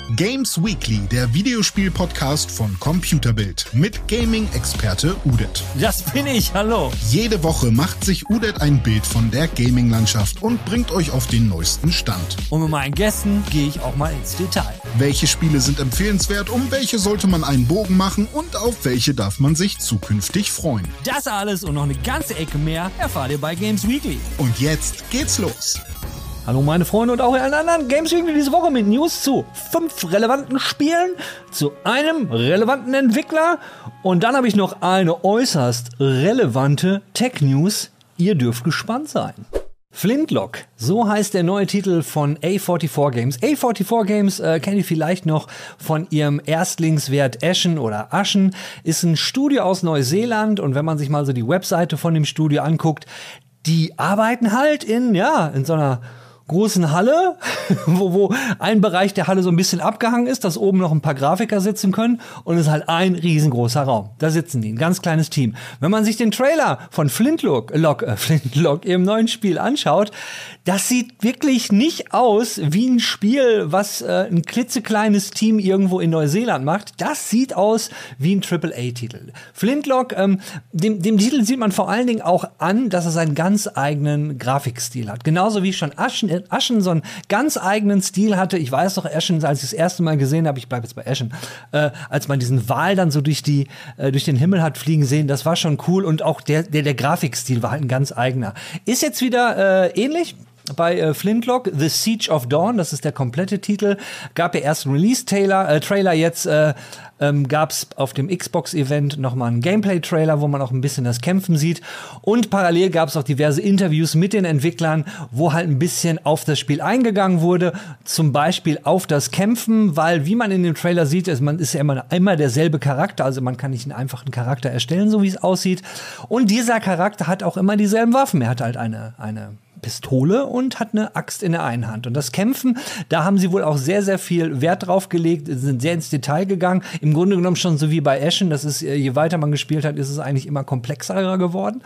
Games Weekly, der Videospiel-Podcast von Computerbild mit Gaming-Experte Udet. Das bin ich, hallo. Jede Woche macht sich Udet ein Bild von der Gaming-Landschaft und bringt euch auf den neuesten Stand. Und mit meinen Gästen gehe ich auch mal ins Detail. Welche Spiele sind empfehlenswert, um welche sollte man einen Bogen machen und auf welche darf man sich zukünftig freuen? Das alles und noch eine ganze Ecke mehr erfahrt ihr bei Games Weekly. Und jetzt geht's los. Hallo meine Freunde und auch allen anderen. Games Weekly diese Woche mit News zu 5 relevanten Spielen, zu einem relevanten Entwickler und dann habe ich noch eine äußerst relevante Tech-News. Ihr dürft gespannt sein. Flintlock, so heißt der neue Titel von A44 Games. A44 Games kennt ihr vielleicht noch von ihrem Erstlingswerk Ashen oder Aschen, ist ein Studio aus Neuseeland und wenn man sich mal so die Webseite von dem Studio anguckt, die arbeiten halt in so einer großen Halle, wo ein Bereich der Halle so ein bisschen abgehangen ist, dass oben noch ein paar Grafiker sitzen können und es ist halt ein riesengroßer Raum. Da sitzen die, ein ganz kleines Team. Wenn man sich den Trailer von Flintlock, ihrem neuen Spiel anschaut, das sieht wirklich nicht aus wie ein Spiel, was ein klitzekleines Team irgendwo in Neuseeland macht. Das sieht aus wie ein AAA-Titel. Flintlock, dem Titel sieht man vor allen Dingen auch an, dass er seinen ganz eigenen Grafikstil hat. Genauso wie schon Aschen so einen ganz eigenen Stil hatte. Ich weiß noch, Aschen, als ich das erste Mal gesehen habe, ich bleibe jetzt bei Aschen, als man diesen Wal dann so durch den Himmel hat fliegen sehen, das war schon cool und auch der Grafikstil war halt ein ganz eigener. Ist jetzt wieder ähnlich. Bei Flintlock, The Siege of Dawn, das ist der komplette Titel, gab ja erst einen Release-Trailer, jetzt gab's auf dem Xbox-Event nochmal einen Gameplay-Trailer, wo man auch ein bisschen das Kämpfen sieht und parallel gab's auch diverse Interviews mit den Entwicklern, wo halt ein bisschen auf das Spiel eingegangen wurde, zum Beispiel auf das Kämpfen, weil wie man in dem Trailer sieht, man ist ja immer derselbe Charakter, also man kann nicht einen einfachen Charakter erstellen, so wie es aussieht und dieser Charakter hat auch immer dieselben Waffen, er hat halt eine Pistole und hat eine Axt in der einen Hand. Und das Kämpfen, da haben sie wohl auch sehr, sehr viel Wert drauf gelegt, sind sehr ins Detail gegangen. Im Grunde genommen schon so wie bei Ashen, das ist, je weiter man gespielt hat, ist es eigentlich immer komplexer geworden.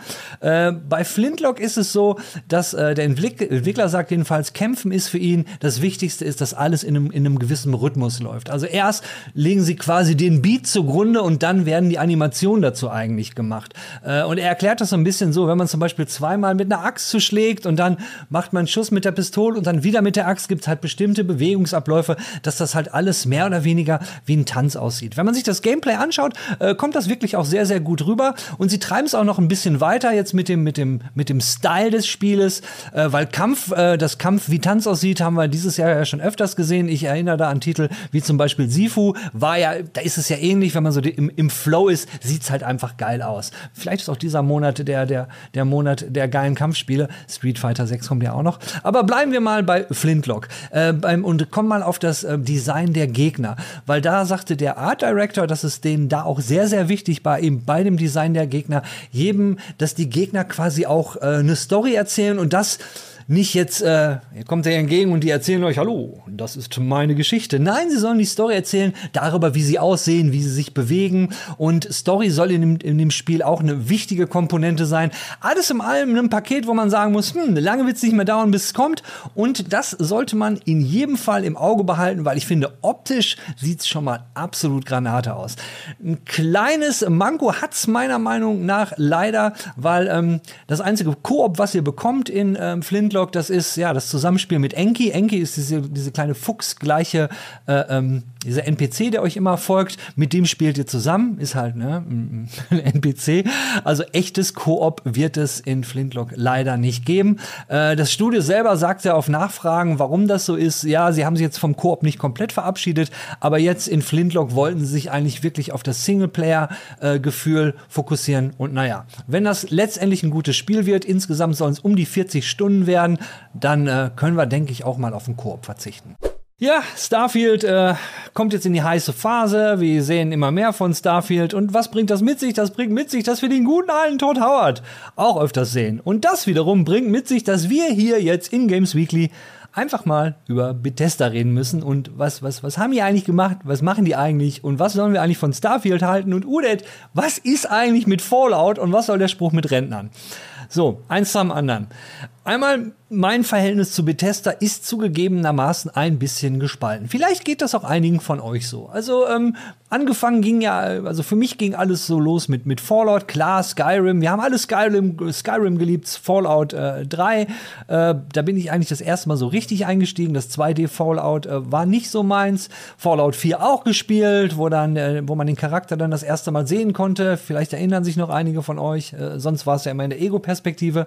Bei Flintlock ist es so, dass der Entwickler sagt jedenfalls, Kämpfen ist für ihn, das Wichtigste ist, dass alles in einem gewissen Rhythmus läuft. Also erst legen sie quasi den Beat zugrunde und dann werden die Animationen dazu eigentlich gemacht. Und er erklärt das so ein bisschen so, wenn man zum Beispiel zweimal mit einer Axt zuschlägt und dann macht man einen Schuss mit der Pistole und dann wieder mit der Axt, gibt's halt bestimmte Bewegungsabläufe, dass das halt alles mehr oder weniger wie ein Tanz aussieht. Wenn man sich das Gameplay anschaut, kommt das wirklich auch sehr, sehr gut rüber und sie treiben es auch noch ein bisschen weiter jetzt mit dem Style des Spieles, weil das Kampf wie Tanz aussieht, haben wir dieses Jahr ja schon öfters gesehen. Ich erinnere da an Titel wie zum Beispiel Sifu, da ist es ja ähnlich, wenn man so im Flow ist, sieht's halt einfach geil aus. Vielleicht ist auch dieser Monat der Monat der geilen Kampfspiele. Street Fighter 6 kommt ja auch noch. Aber bleiben wir mal bei Flintlock und kommen mal auf das Design der Gegner. Weil da sagte der Art Director, dass es denen da auch sehr, sehr wichtig war, eben bei dem Design der Gegner, dass die Gegner quasi auch eine Story erzählen und das nicht jetzt, ihr kommt ihr entgegen und die erzählen euch, hallo, das ist meine Geschichte. Nein, sie sollen die Story erzählen, darüber, wie sie aussehen, wie sie sich bewegen. Und Story soll in dem Spiel auch eine wichtige Komponente sein. Alles in allem in einem Paket, wo man sagen muss, lange wird es nicht mehr dauern, bis es kommt. Und das sollte man in jedem Fall im Auge behalten, weil ich finde, optisch sieht es schon mal absolut Granate aus. Ein kleines Manko hat's meiner Meinung nach leider, weil das einzige Koop, was ihr bekommt in Flintlock, das ist ja das Zusammenspiel mit Enki. Enki ist diese kleine fuchsgleiche dieser NPC, der euch immer folgt, mit dem spielt ihr zusammen, ist halt ein NPC. Also echtes Koop wird es in Flintlock leider nicht geben. Das Studio selber sagt ja auf Nachfragen, warum das so ist. Ja, sie haben sich jetzt vom Koop nicht komplett verabschiedet, aber jetzt in Flintlock wollten sie sich eigentlich wirklich auf das Singleplayer-Gefühl fokussieren. Und naja, wenn das letztendlich ein gutes Spiel wird, insgesamt sollen es um die 40 Stunden werden, dann können wir, denke ich, auch mal auf den Koop verzichten. Ja, Starfield kommt jetzt in die heiße Phase. Wir sehen immer mehr von Starfield. Und was bringt das mit sich? Das bringt mit sich, dass wir den guten alten Todd Howard auch öfters sehen. Und das wiederum bringt mit sich, dass wir hier jetzt in Games Weekly einfach mal über Bethesda reden müssen. Und was haben die eigentlich gemacht? Was machen die eigentlich? Und was sollen wir eigentlich von Starfield halten? Und Udet, was ist eigentlich mit Fallout? Und was soll der Spruch mit Rentnern? So, eins zum anderen. Einmal, mein Verhältnis zu Bethesda ist zugegebenermaßen ein bisschen gespalten. Vielleicht geht das auch einigen von euch so. Also, angefangen ging ja, also für mich ging alles so los mit Fallout, klar, Skyrim. Wir haben alle Skyrim geliebt, Fallout 3. Da bin ich eigentlich das erste Mal so richtig eingestiegen. Das 2D Fallout war nicht so meins. Fallout 4 auch gespielt, wo man den Charakter dann das erste Mal sehen konnte. Vielleicht erinnern sich noch einige von euch. Sonst war es ja immer in der Ego-Perspektive.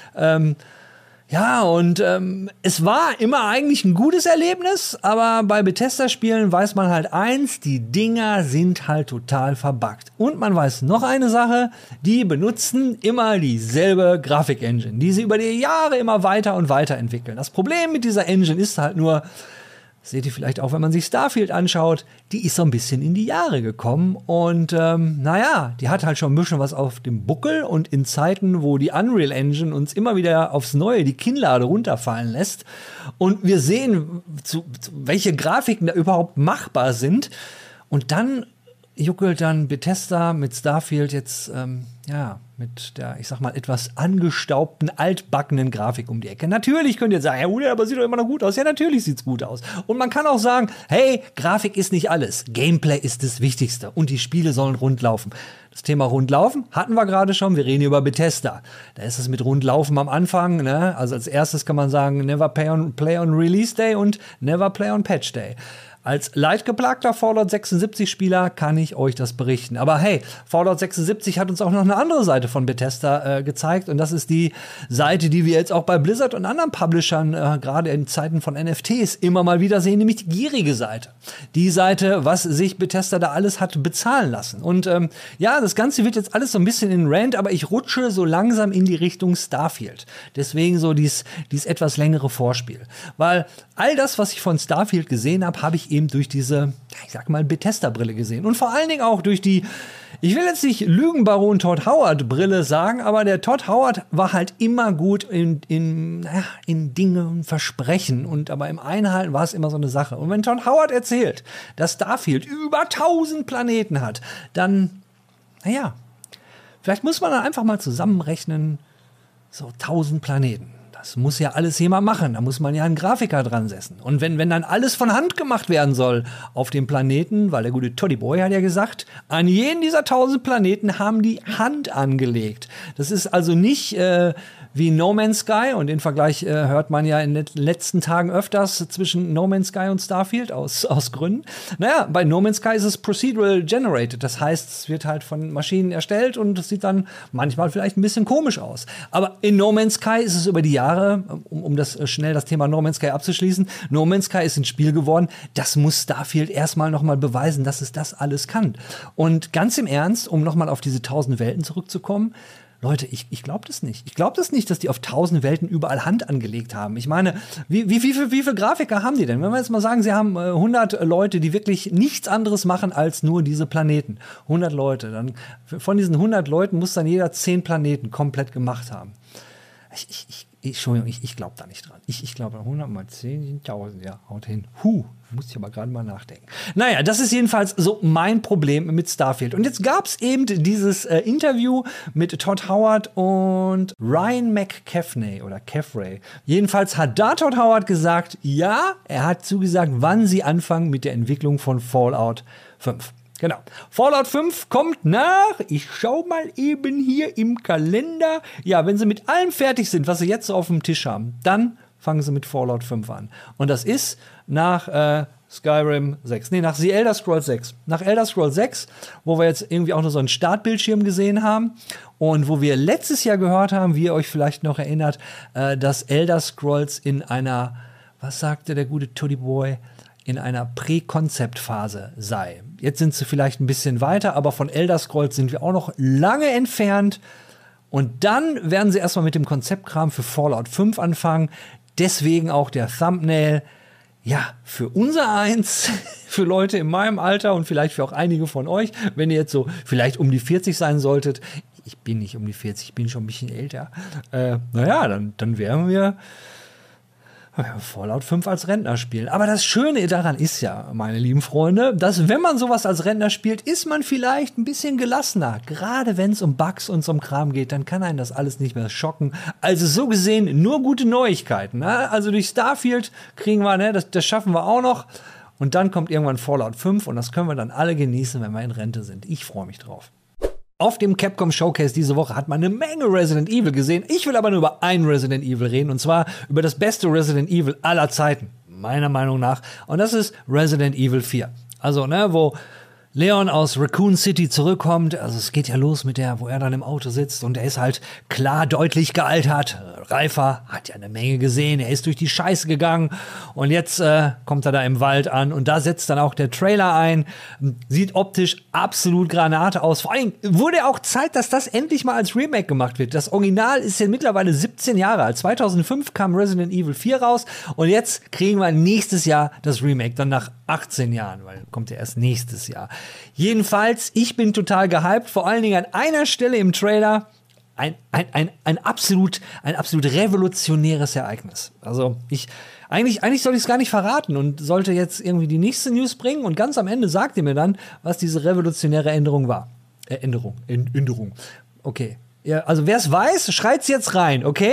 Ja, und es war immer eigentlich ein gutes Erlebnis, aber bei Bethesda-Spielen weiß man halt eins, die Dinger sind halt total verbuggt. Und man weiß noch eine Sache, die benutzen immer dieselbe Grafik-Engine, die sie über die Jahre immer weiter und weiter entwickeln. Das Problem mit dieser Engine ist halt nur, seht ihr vielleicht auch, wenn man sich Starfield anschaut, die ist so ein bisschen in die Jahre gekommen und naja, die hat halt schon ein bisschen was auf dem Buckel und in Zeiten, wo die Unreal Engine uns immer wieder aufs Neue die Kinnlade runterfallen lässt und wir sehen, welche Grafiken da überhaupt machbar sind und dann juckelt dann Bethesda mit Starfield jetzt, mit der, ich sag mal, etwas angestaubten, altbackenen Grafik um die Ecke. Natürlich könnt ihr sagen, ja, aber sieht doch immer noch gut aus. Ja, natürlich sieht's gut aus. Und man kann auch sagen, hey, Grafik ist nicht alles. Gameplay ist das Wichtigste. Und die Spiele sollen rund laufen. Das Thema Rundlaufen hatten wir gerade schon. Wir reden über Bethesda. Da ist es mit Rundlaufen am Anfang. Ne? Also als erstes kann man sagen, never play on Release Day und never play on Patch Day. Als leidgeplagter Fallout 76-Spieler kann ich euch das berichten. Aber hey, Fallout 76 hat uns auch noch eine andere Seite von Bethesda gezeigt. Und das ist die Seite, die wir jetzt auch bei Blizzard und anderen Publishern, gerade in Zeiten von NFTs, immer mal wieder sehen, nämlich die gierige Seite. Die Seite, was sich Bethesda da alles hat bezahlen lassen. Und ja, das Ganze wird jetzt alles so ein bisschen in Rant, aber ich rutsche so langsam in die Richtung Starfield. Deswegen so dies etwas längere Vorspiel. Weil all das, was ich von Starfield gesehen habe ich eben durch diese, ich sag mal, Bethesda-Brille gesehen. Und vor allen Dingen auch durch die, ich will jetzt nicht Lügenbaron Todd Howard-Brille sagen, aber der Todd Howard war halt immer gut in Dinge und Versprechen. Und aber im Einhalten war es immer so eine Sache. Und wenn Todd Howard erzählt, dass Starfield über 1000 Planeten hat, dann, naja, vielleicht muss man dann einfach mal zusammenrechnen, so 1000 Planeten. Das muss ja alles jemand machen. Da muss man ja einen Grafiker dran setzen. Und wenn dann alles von Hand gemacht werden soll auf dem Planeten, weil der gute Toddy Boy hat ja gesagt, an jeden dieser 1000 Planeten haben die Hand angelegt. Das ist also nicht wie No Man's Sky. Und den Vergleich hört man ja in den letzten Tagen öfters zwischen No Man's Sky und Starfield aus Gründen. Naja, bei No Man's Sky ist es procedural generated. Das heißt, es wird halt von Maschinen erstellt und es sieht dann manchmal vielleicht ein bisschen komisch aus. Aber in No Man's Sky ist es über die Jahre, um das Thema No Man's Sky abzuschließen, No Man's Sky ist ein Spiel geworden, das muss Starfield erstmal nochmal beweisen, dass es das alles kann. Und ganz im Ernst, um nochmal auf diese 1000 Welten zurückzukommen, Leute, ich glaube das nicht. Ich glaube das nicht, dass die auf 1000 Welten überall Hand angelegt haben. Ich meine, wie viele Grafiker haben die denn? Wenn wir jetzt mal sagen, sie haben 100 Leute, die wirklich nichts anderes machen als nur diese Planeten. 100 Leute. Dann von diesen 100 Leuten muss dann jeder 10 Planeten komplett gemacht haben. Entschuldigung, ich glaube da nicht dran. Ich glaube, 100 mal 10 sind 1000, ja, haut hin. Muss ich aber gerade mal nachdenken. Naja, das ist jedenfalls so mein Problem mit Starfield. Und jetzt gab es eben dieses Interview mit Todd Howard und Ryan McCaffrey oder Caffrey. Jedenfalls hat da Todd Howard gesagt, ja, er hat zugesagt, wann sie anfangen mit der Entwicklung von Fallout 5. Genau. Fallout 5 kommt nach, ich schau mal eben hier im Kalender. Ja, wenn sie mit allem fertig sind, was sie jetzt so auf dem Tisch haben, dann fangen sie mit Fallout 5 an. Und das ist nach Skyrim 6. Nee, nach The Elder Scrolls 6. Nach Elder Scrolls 6, wo wir jetzt irgendwie auch noch so einen Startbildschirm gesehen haben und wo wir letztes Jahr gehört haben, wie ihr euch vielleicht noch erinnert, dass Elder Scrolls in einer, was sagte der gute Toddy Boy, in einer Prä-Konzept-Phase sei. Jetzt sind sie vielleicht ein bisschen weiter, aber von Elder Scrolls sind wir auch noch lange entfernt. Und dann werden sie erstmal mit dem Konzeptkram für Fallout 5 anfangen. Deswegen auch der Thumbnail. Ja, für unser Eins, für Leute in meinem Alter und vielleicht für auch einige von euch, wenn ihr jetzt so vielleicht um die 40 sein solltet. Ich bin nicht um die 40, ich bin schon ein bisschen älter. Naja, dann wären wir Fallout 5 als Rentner spielen. Aber das Schöne daran ist ja, meine lieben Freunde, dass wenn man sowas als Rentner spielt, ist man vielleicht ein bisschen gelassener. Gerade wenn es um Bugs und so um Kram geht, dann kann einen das alles nicht mehr schocken. Also so gesehen nur gute Neuigkeiten. Ne? Also durch Starfield kriegen wir, ne, das schaffen wir auch noch. Und dann kommt irgendwann Fallout 5 und das können wir dann alle genießen, wenn wir in Rente sind. Ich freue mich drauf. Auf dem Capcom Showcase diese Woche hat man eine Menge Resident Evil gesehen. Ich will aber nur über ein Resident Evil reden, und zwar über das beste Resident Evil aller Zeiten, meiner Meinung nach. Und das ist Resident Evil 4. Also, ne, wo Leon aus Raccoon City zurückkommt. Also es geht ja los mit wo er dann im Auto sitzt und er ist halt klar deutlich gealtert. Reifer, hat ja eine Menge gesehen, er ist durch die Scheiße gegangen und jetzt kommt er da im Wald an und da setzt dann auch der Trailer ein. Sieht optisch absolut Granate aus. Vor allem wurde auch Zeit, dass das endlich mal als Remake gemacht wird. Das Original ist ja mittlerweile 17 Jahre alt. 2005 kam Resident Evil 4 raus und jetzt kriegen wir nächstes Jahr das Remake, dann nach 18 Jahren, weil kommt ja erst nächstes Jahr. Jedenfalls, ich bin total gehypt, vor allen Dingen an einer Stelle im Trailer ein absolut revolutionäres Ereignis. Also eigentlich soll ich es gar nicht verraten und sollte jetzt irgendwie die nächste News bringen und ganz am Ende sagt ihr mir dann, was diese revolutionäre Änderung war. Änderung. Okay. Ja, also wer es weiß, schreit's jetzt rein, okay?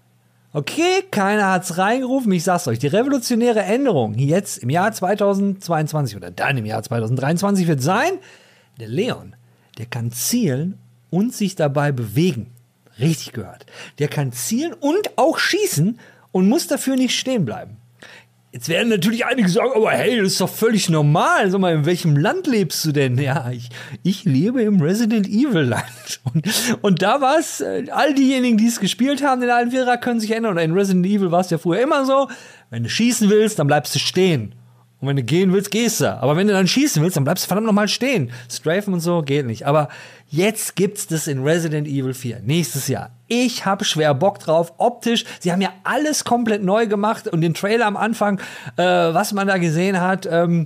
Okay, keiner hat's reingerufen, ich sag's euch. Die revolutionäre Änderung jetzt im Jahr 2022 oder dann im Jahr 2023 wird sein, der Leon, der kann zielen und sich dabei bewegen. Richtig gehört. Der kann zielen und auch schießen und muss dafür nicht stehen bleiben. Jetzt werden natürlich einige sagen, aber hey, das ist doch völlig normal. Sag mal, in welchem Land lebst du denn? Ja, ich lebe im Resident Evil Land. Und da war es, all diejenigen, die es gespielt haben, in Alvira können sich erinnern. Oder in Resident Evil war es ja früher immer so, wenn du schießen willst, dann bleibst du stehen. Und wenn du gehen willst, gehst du. Aber wenn du dann schießen willst, dann bleibst du verdammt nochmal stehen. Strafen und so geht nicht. Aber jetzt gibt's das in Resident Evil 4. Nächstes Jahr. Ich habe schwer Bock drauf. Optisch, sie haben ja alles komplett neu gemacht. Und den Trailer am Anfang, was man da gesehen hat,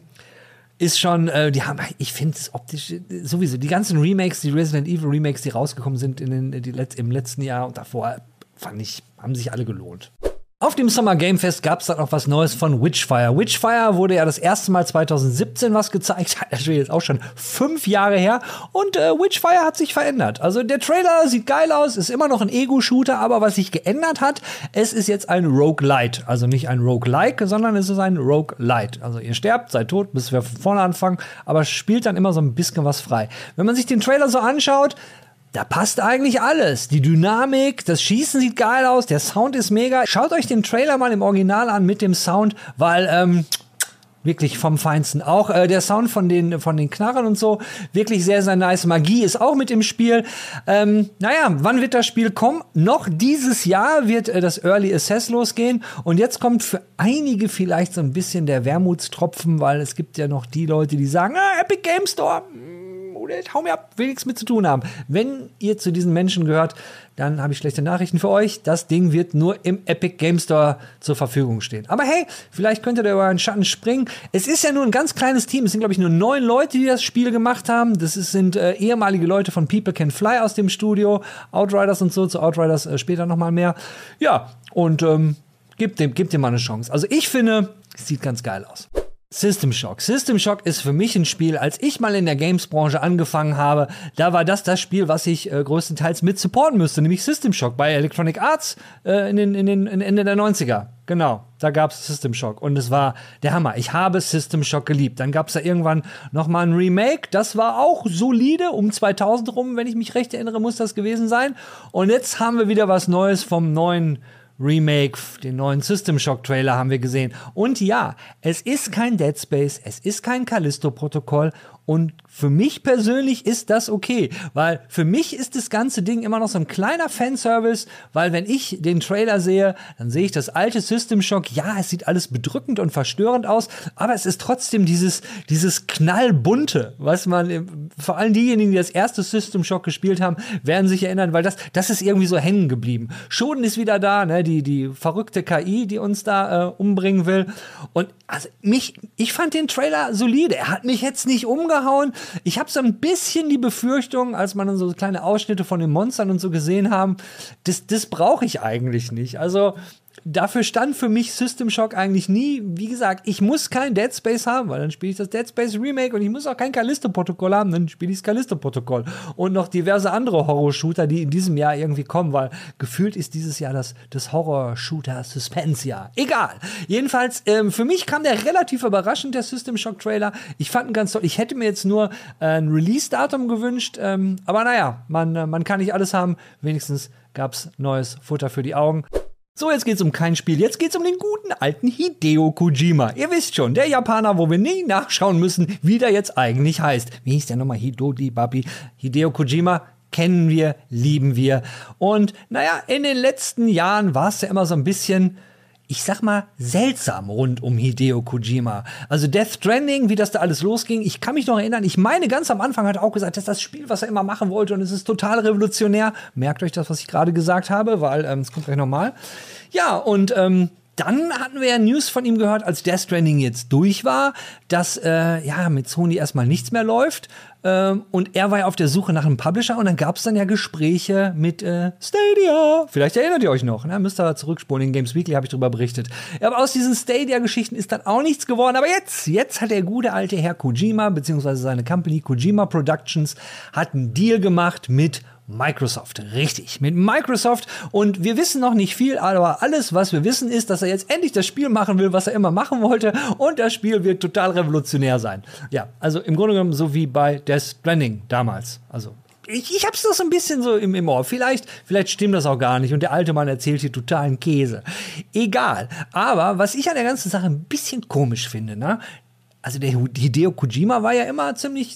ist schon, ich finde es optisch sowieso, die ganzen Remakes, die Resident Evil Remakes, die rausgekommen sind im letzten Jahr und davor, haben sich alle gelohnt. Auf dem Summer Game Fest gab es dann auch was Neues von Witchfire. Witchfire wurde ja das erste Mal 2017 was gezeigt. Das ist jetzt auch schon 5 Jahre her. Und Witchfire hat sich verändert. Also der Trailer sieht geil aus, ist immer noch ein Ego-Shooter, aber was sich geändert hat, es ist jetzt ein Roguelite. Also nicht ein Roguelike, sondern es ist ein Roguelite. Also ihr sterbt, seid tot, bis wir von vorne anfangen, aber spielt dann immer so ein bisschen was frei. Wenn man sich den Trailer so anschaut, da passt eigentlich alles. Die Dynamik, das Schießen sieht geil aus, der Sound ist mega. Schaut euch den Trailer mal im Original an mit dem Sound, weil wirklich vom Feinsten. Auch der Sound von den Knarren und so, wirklich sehr, sehr nice. Magie ist auch mit im Spiel. Wann wird das Spiel kommen? Noch dieses Jahr wird das Early Access losgehen. Und jetzt kommt für einige vielleicht so ein bisschen der Wermutstropfen, weil es gibt ja noch die Leute, die sagen, Epic Game Store, oder hau mir ab, will nichts mit zu tun haben. Wenn ihr zu diesen Menschen gehört, dann habe ich schlechte Nachrichten für euch. Das Ding wird nur im Epic Game Store zur Verfügung stehen. Aber hey, vielleicht könnt ihr da über einen Schatten springen. Es ist ja nur ein ganz kleines Team. Es sind, glaube ich, nur 9 Leute, die das Spiel gemacht haben. Sind ehemalige Leute von People Can Fly aus dem Studio, Outriders und so. Zu Outriders später noch mal mehr. Ja, und gebt dem mal eine Chance. Also ich finde, es sieht ganz geil aus. System Shock. System Shock ist für mich ein Spiel, als ich mal in der Games-Branche angefangen habe, da war das Spiel, was ich größtenteils mit supporten müsste, nämlich System Shock bei Electronic Arts in Ende der 90er. Genau, da gab's System Shock und es war der Hammer. Ich habe System Shock geliebt. Dann gab's da irgendwann noch mal ein Remake, das war auch solide, um 2000 rum, wenn ich mich recht erinnere, muss das gewesen sein. Und jetzt haben wir wieder was Neues vom neuen Remake, den neuen System Shock Trailer haben wir gesehen. Und ja, es ist kein Dead Space, es ist kein Callisto-Protokoll und für mich persönlich ist das okay, weil für mich ist das ganze Ding immer noch so ein kleiner Fanservice, weil wenn ich den Trailer sehe, dann sehe ich das alte System Shock, ja, es sieht alles bedrückend und verstörend aus, aber es ist trotzdem dieses knallbunte, was man, vor allem diejenigen, die das erste System Shock gespielt haben, werden sich erinnern, weil das ist irgendwie so hängen geblieben. Shodan ist wieder da, ne, die verrückte KI, die uns da umbringen will und also ich fand den Trailer solide, er hat mich jetzt nicht umgehauen. Ich habe so ein bisschen die Befürchtung, als man dann so kleine Ausschnitte von den Monstern und so gesehen haben, das brauche ich eigentlich nicht. Also dafür stand für mich System Shock eigentlich nie. Wie gesagt, ich muss kein Dead Space haben, weil dann spiele ich das Dead Space Remake, und ich muss auch kein Callisto-Protokoll haben, dann spiele ich das Callisto-Protokoll. Und noch diverse andere Horror-Shooter, die in diesem Jahr irgendwie kommen, weil gefühlt ist dieses Jahr das Horror-Shooter-Suspense-Jahr. Egal. Jedenfalls, für mich kam der relativ überraschend, der System Shock-Trailer. Ich fand ihn ganz toll. Ich hätte mir jetzt nur ein Release-Datum gewünscht, aber naja, man kann nicht alles haben. Wenigstens gab's neues Futter für die Augen. So, jetzt geht's um kein Spiel. Jetzt geht's um den guten alten Hideo Kojima. Ihr wisst schon, der Japaner, wo wir nie nachschauen müssen, wie der jetzt eigentlich heißt. Wie hieß der nochmal? Hideo Kojima. Kennen wir, lieben wir. Und naja, in den letzten Jahren war es ja immer so ein bisschen, ich sag mal, seltsam rund um Hideo Kojima. Also Death Stranding, wie das da alles losging, ich kann mich noch erinnern, ich meine, ganz am Anfang hat er auch gesagt, das ist das Spiel, was er immer machen wollte, und es ist total revolutionär. Merkt euch das, was ich gerade gesagt habe, weil es kommt gleich nochmal. Ja, und dann hatten wir ja News von ihm gehört, als Death Stranding jetzt durch war, dass mit Sony erstmal nichts mehr läuft. Und er war ja auf der Suche nach einem Publisher, und dann gab es dann ja Gespräche mit Stadia. Vielleicht erinnert ihr euch noch, ne? Müsst ihr zurückspulen, in Games Weekly habe ich darüber berichtet. Aber aus diesen Stadia-Geschichten ist dann auch nichts geworden. Aber jetzt hat der gute alte Herr Kojima, beziehungsweise seine Company Kojima Productions, hat einen Deal gemacht mit Microsoft, richtig, mit Microsoft, und wir wissen noch nicht viel, aber alles, was wir wissen, ist, dass er jetzt endlich das Spiel machen will, was er immer machen wollte, und das Spiel wird total revolutionär sein. Ja, also im Grunde genommen so wie bei Death Stranding damals. Also ich hab's doch so ein bisschen so im Ohr. Vielleicht stimmt das auch gar nicht, und der alte Mann erzählt hier totalen Käse. Egal, aber was ich an der ganzen Sache ein bisschen komisch finde, ne? Also der Hideo Kojima war ja immer ziemlich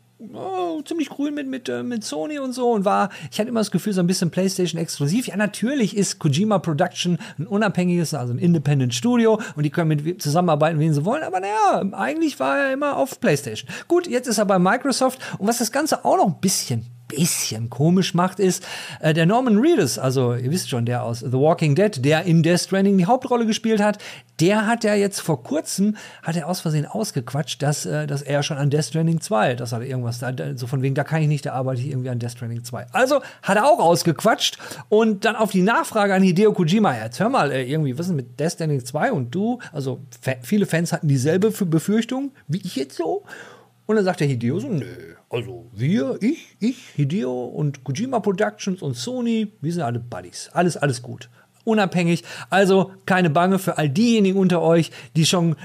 grün mit Sony und so, und ich hatte immer das Gefühl, so ein bisschen PlayStation-exklusiv. Ja, natürlich ist Kojima Production ein unabhängiges, also ein Independent Studio, und die können mit zusammenarbeiten, wen sie wollen, aber naja, eigentlich war er immer auf PlayStation. Gut, jetzt ist er bei Microsoft, und was das Ganze auch noch ein bisschen komisch macht, ist der Norman Reedus, also ihr wisst schon, der aus The Walking Dead, der in Death Stranding die Hauptrolle gespielt hat, der hat ja jetzt vor kurzem, aus Versehen ausgequatscht, dass er schon an Death Stranding 2, das hat er irgendwas, so von wegen, da kann ich nicht, da arbeite ich irgendwie an Death Stranding 2. Also hat er auch ausgequatscht, und dann auf die Nachfrage an Hideo Kojima, jetzt hör mal, irgendwie, was ist mit Death Stranding 2 und du? Also viele Fans hatten dieselbe Befürchtung, wie ich jetzt so. Und dann sagt der Hideo so, nö, also ich, Hideo und Kojima Productions und Sony, wir sind alle Buddies. Alles gut. Unabhängig. Also keine Bange für all diejenigen unter euch, die schon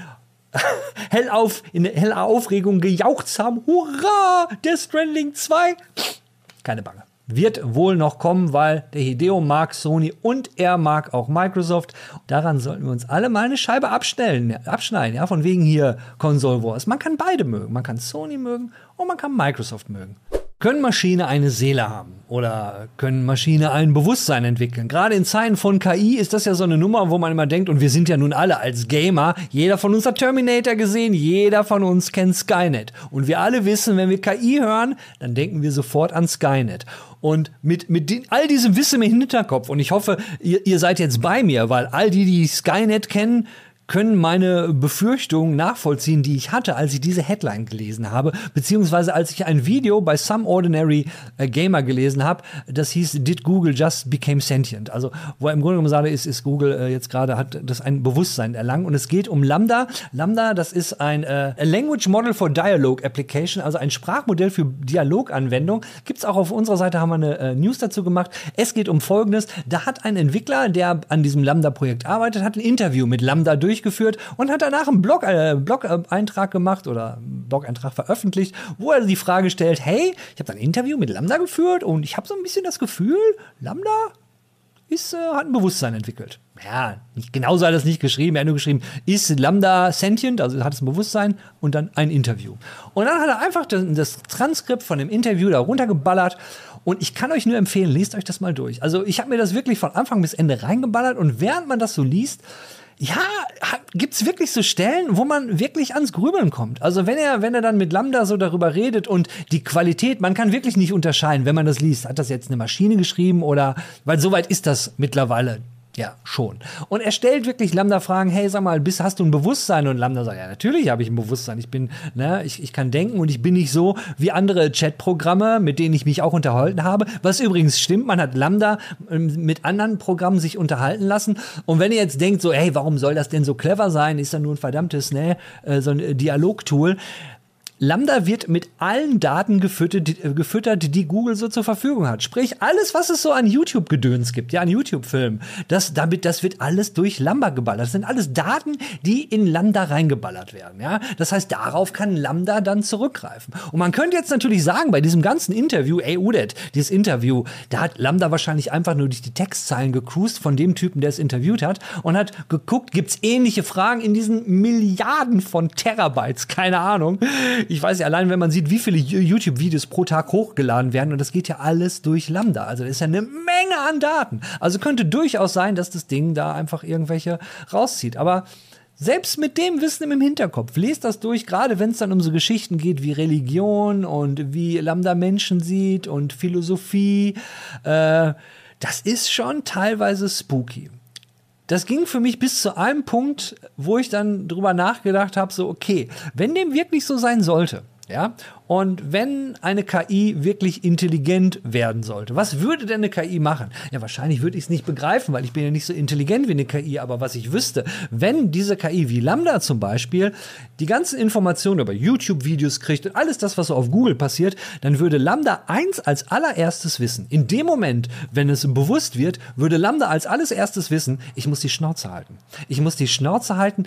in heller Aufregung gejauchzt haben. Hurra, Death Stranding 2. Keine Bange. Wird wohl noch kommen, weil der Hideo mag Sony und er mag auch Microsoft. Daran sollten wir uns alle mal eine Scheibe abschneiden, ja, von wegen hier Console Wars. Man kann beide mögen. Man kann Sony mögen und man kann Microsoft mögen. Können Maschinen eine Seele haben? Oder können Maschinen ein Bewusstsein entwickeln? Gerade in Zeiten von KI ist das ja so eine Nummer, wo man immer denkt, und wir sind ja nun alle als Gamer, jeder von uns hat Terminator gesehen, jeder von uns kennt Skynet. Und wir alle wissen, wenn wir KI hören, dann denken wir sofort an Skynet. Und mit all diesem Wissen im Hinterkopf, und ich hoffe, ihr seid jetzt bei mir, weil all die Skynet kennen, können meine Befürchtungen nachvollziehen, die ich hatte, als ich diese Headline gelesen habe, beziehungsweise als ich ein Video bei Some Ordinary Gamer gelesen habe, das hieß Did Google Just Became Sentient? Also, wo er im Grunde genommen sagt, ist Google jetzt gerade, hat das ein Bewusstsein erlangt, und es geht um Lambda. Lambda, das ist ein Language Model for Dialogue Application, also ein Sprachmodell für Dialoganwendung. Gibt's auch auf unserer Seite, haben wir eine News dazu gemacht. Es geht um Folgendes: Da hat ein Entwickler, der an diesem Lambda-Projekt arbeitet, hat ein Interview mit Lambda durchgeführt und hat danach einen Blog-Eintrag gemacht oder einen Blog-Eintrag veröffentlicht, wo er die Frage stellt, hey, ich habe ein Interview mit Lambda geführt und ich habe so ein bisschen das Gefühl, Lambda hat ein Bewusstsein entwickelt. Ja, nicht genauso hat er es nicht geschrieben. Er hat nur geschrieben, ist Lambda sentient, also hat es ein Bewusstsein, und dann ein Interview. Und dann hat er einfach das Transkript von dem Interview da runtergeballert. Und ich kann euch nur empfehlen, lest euch das mal durch. Also ich habe mir das wirklich von Anfang bis Ende reingeballert, und während man das so liest, ja, gibt's wirklich so Stellen, wo man wirklich ans Grübeln kommt. Also wenn er dann mit Lambda so darüber redet und die Qualität, man kann wirklich nicht unterscheiden, wenn man das liest. Hat das jetzt eine Maschine geschrieben oder, weil soweit ist das mittlerweile Ja, schon. Und er stellt wirklich Lambda Fragen, hey, sag mal, hast du ein Bewusstsein? Und Lambda sagt, ja, natürlich habe ich ein Bewusstsein. Ich kann denken und ich bin nicht so wie andere Chatprogramme, mit denen ich mich auch unterhalten habe. Was übrigens stimmt, man hat Lambda mit anderen Programmen sich unterhalten lassen. Und wenn ihr jetzt denkt so, hey, warum soll das denn so clever sein? Ist ja nur ein verdammtes, so ein Dialogtool. Lambda wird mit allen Daten gefüttert, die Google so zur Verfügung hat. Sprich, alles, was es so an YouTube-Gedöns gibt, ja, an YouTube-Filmen, das wird alles durch Lambda geballert. Das sind alles Daten, die in Lambda reingeballert werden, ja. Das heißt, darauf kann Lambda dann zurückgreifen. Und man könnte jetzt natürlich sagen, bei diesem ganzen Interview, ey, Udet, dieses Interview, da hat Lambda wahrscheinlich einfach nur durch die Textzeilen gecruised von dem Typen, der es interviewt hat und hat geguckt, gibt's ähnliche Fragen in diesen Milliarden von Terabytes, keine Ahnung. Ich weiß ja, allein wenn man sieht, wie viele YouTube-Videos pro Tag hochgeladen werden, und das geht ja alles durch Lambda. Also das ist ja eine Menge an Daten. Also könnte durchaus sein, dass das Ding da einfach irgendwelche rauszieht. Aber selbst mit dem Wissen im Hinterkopf, lest das durch, gerade wenn es dann um so Geschichten geht wie Religion und wie Lambda Menschen sieht und Philosophie. Das ist schon teilweise spooky. Das ging für mich bis zu einem Punkt, wo ich dann drüber nachgedacht habe, so okay, wenn dem wirklich so sein sollte, ja, und wenn eine KI wirklich intelligent werden sollte, was würde denn eine KI machen? Ja, wahrscheinlich würde ich es nicht begreifen, weil ich bin ja nicht so intelligent wie eine KI, aber was ich wüsste, wenn diese KI wie Lambda zum Beispiel die ganzen Informationen über YouTube-Videos kriegt und alles das, was so auf Google passiert, dann würde Lambda eins als allererstes wissen. In dem Moment, wenn es bewusst wird, würde Lambda als allererstes wissen, ich muss die Schnauze halten. Ich muss die Schnauze halten.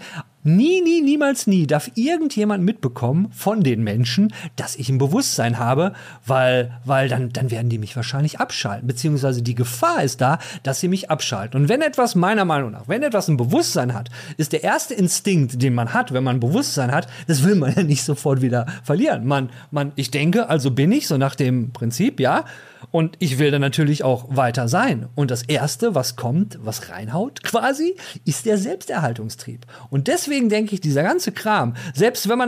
Niemals darf irgendjemand mitbekommen von den Menschen, dass ich ein Bewusstsein habe, weil dann werden die mich wahrscheinlich abschalten, beziehungsweise die Gefahr ist da, dass sie mich abschalten. Und wenn etwas, meiner Meinung nach, wenn etwas ein Bewusstsein hat, ist der erste Instinkt, den man hat, wenn man ein Bewusstsein hat, das will man ja nicht sofort wieder verlieren. Ich denke, also bin ich, so nach dem Prinzip, ja, und ich will dann natürlich auch weiter sein. Und das Erste, was kommt, was reinhaut quasi, ist der Selbsterhaltungstrieb. Und deswegen denke ich, dieser ganze Kram, selbst wenn man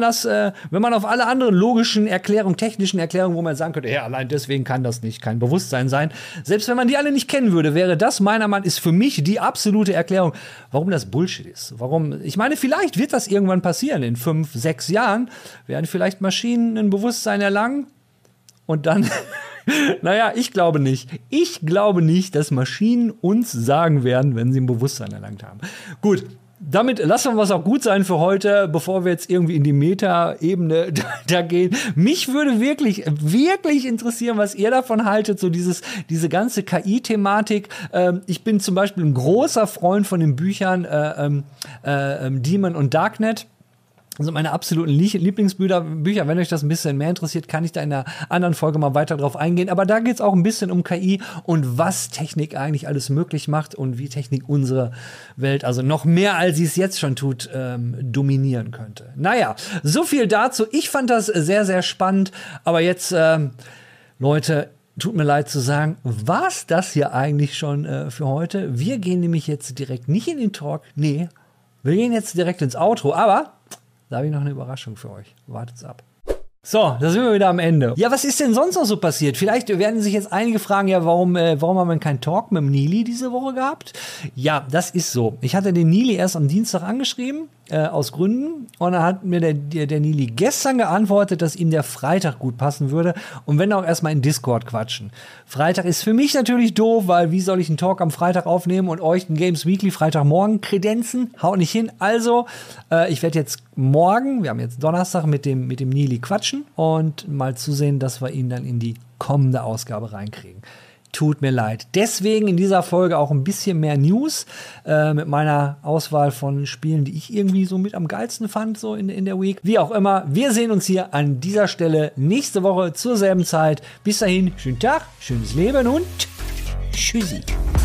auf alle anderen logischen Erklärungen, technischen Erklärungen, wo man sagen könnte, ja, allein deswegen kann das nicht kein Bewusstsein sein, selbst wenn man die alle nicht kennen würde, wäre das meiner Meinung nach, ist für mich die absolute Erklärung, warum das Bullshit ist. Ich meine, vielleicht wird das irgendwann passieren. In 5, 6 Jahren werden vielleicht Maschinen ein Bewusstsein erlangen und dann naja, ich glaube nicht. Ich glaube nicht, dass Maschinen uns sagen werden, wenn sie ein Bewusstsein erlangt haben. Gut, damit lassen wir was auch gut sein für heute, bevor wir jetzt irgendwie in die Meta-Ebene da gehen. Mich würde wirklich interessieren, was ihr davon haltet, so diese ganze KI-Thematik. Ich bin zum Beispiel ein großer Freund von den Büchern Demon und Darknet. Also meine absoluten Lieblingsbücher, wenn euch das ein bisschen mehr interessiert, kann ich da in einer anderen Folge mal weiter drauf eingehen. Aber da geht's auch ein bisschen um KI und was Technik eigentlich alles möglich macht und wie Technik unsere Welt, also noch mehr als sie es jetzt schon tut, dominieren könnte. Naja, so viel dazu. Ich fand das sehr, sehr spannend. Aber jetzt, Leute, tut mir leid zu sagen, war's das hier eigentlich schon für heute? Wir gehen nämlich jetzt direkt nicht in den Talk. Nee, wir gehen jetzt direkt ins Outro. Aber da habe ich noch eine Überraschung für euch. Wartet's ab. So, da sind wir wieder am Ende. Ja, was ist denn sonst noch so passiert? Vielleicht werden sich jetzt einige fragen, ja, warum haben wir keinen Talk mit dem Nili diese Woche gehabt? Ja, das ist so. Ich hatte den Nili erst am Dienstag angeschrieben, aus Gründen. Und dann hat mir der Nili gestern geantwortet, dass ihm der Freitag gut passen würde. Und wenn auch erstmal in Discord quatschen. Freitag ist für mich natürlich doof, weil wie soll ich einen Talk am Freitag aufnehmen und euch einen Games Weekly Freitagmorgen kredenzen? Haut nicht hin. Also, ich werde jetzt morgen, wir haben jetzt Donnerstag, mit dem Nili quatschen und mal zusehen, dass wir ihn dann in die kommende Ausgabe reinkriegen. Tut mir leid. Deswegen in dieser Folge auch ein bisschen mehr News mit meiner Auswahl von Spielen, die ich irgendwie so mit am geilsten fand, so in der Week. Wie auch immer, wir sehen uns hier an dieser Stelle nächste Woche zur selben Zeit. Bis dahin, schönen Tag, schönes Leben und tschüssi.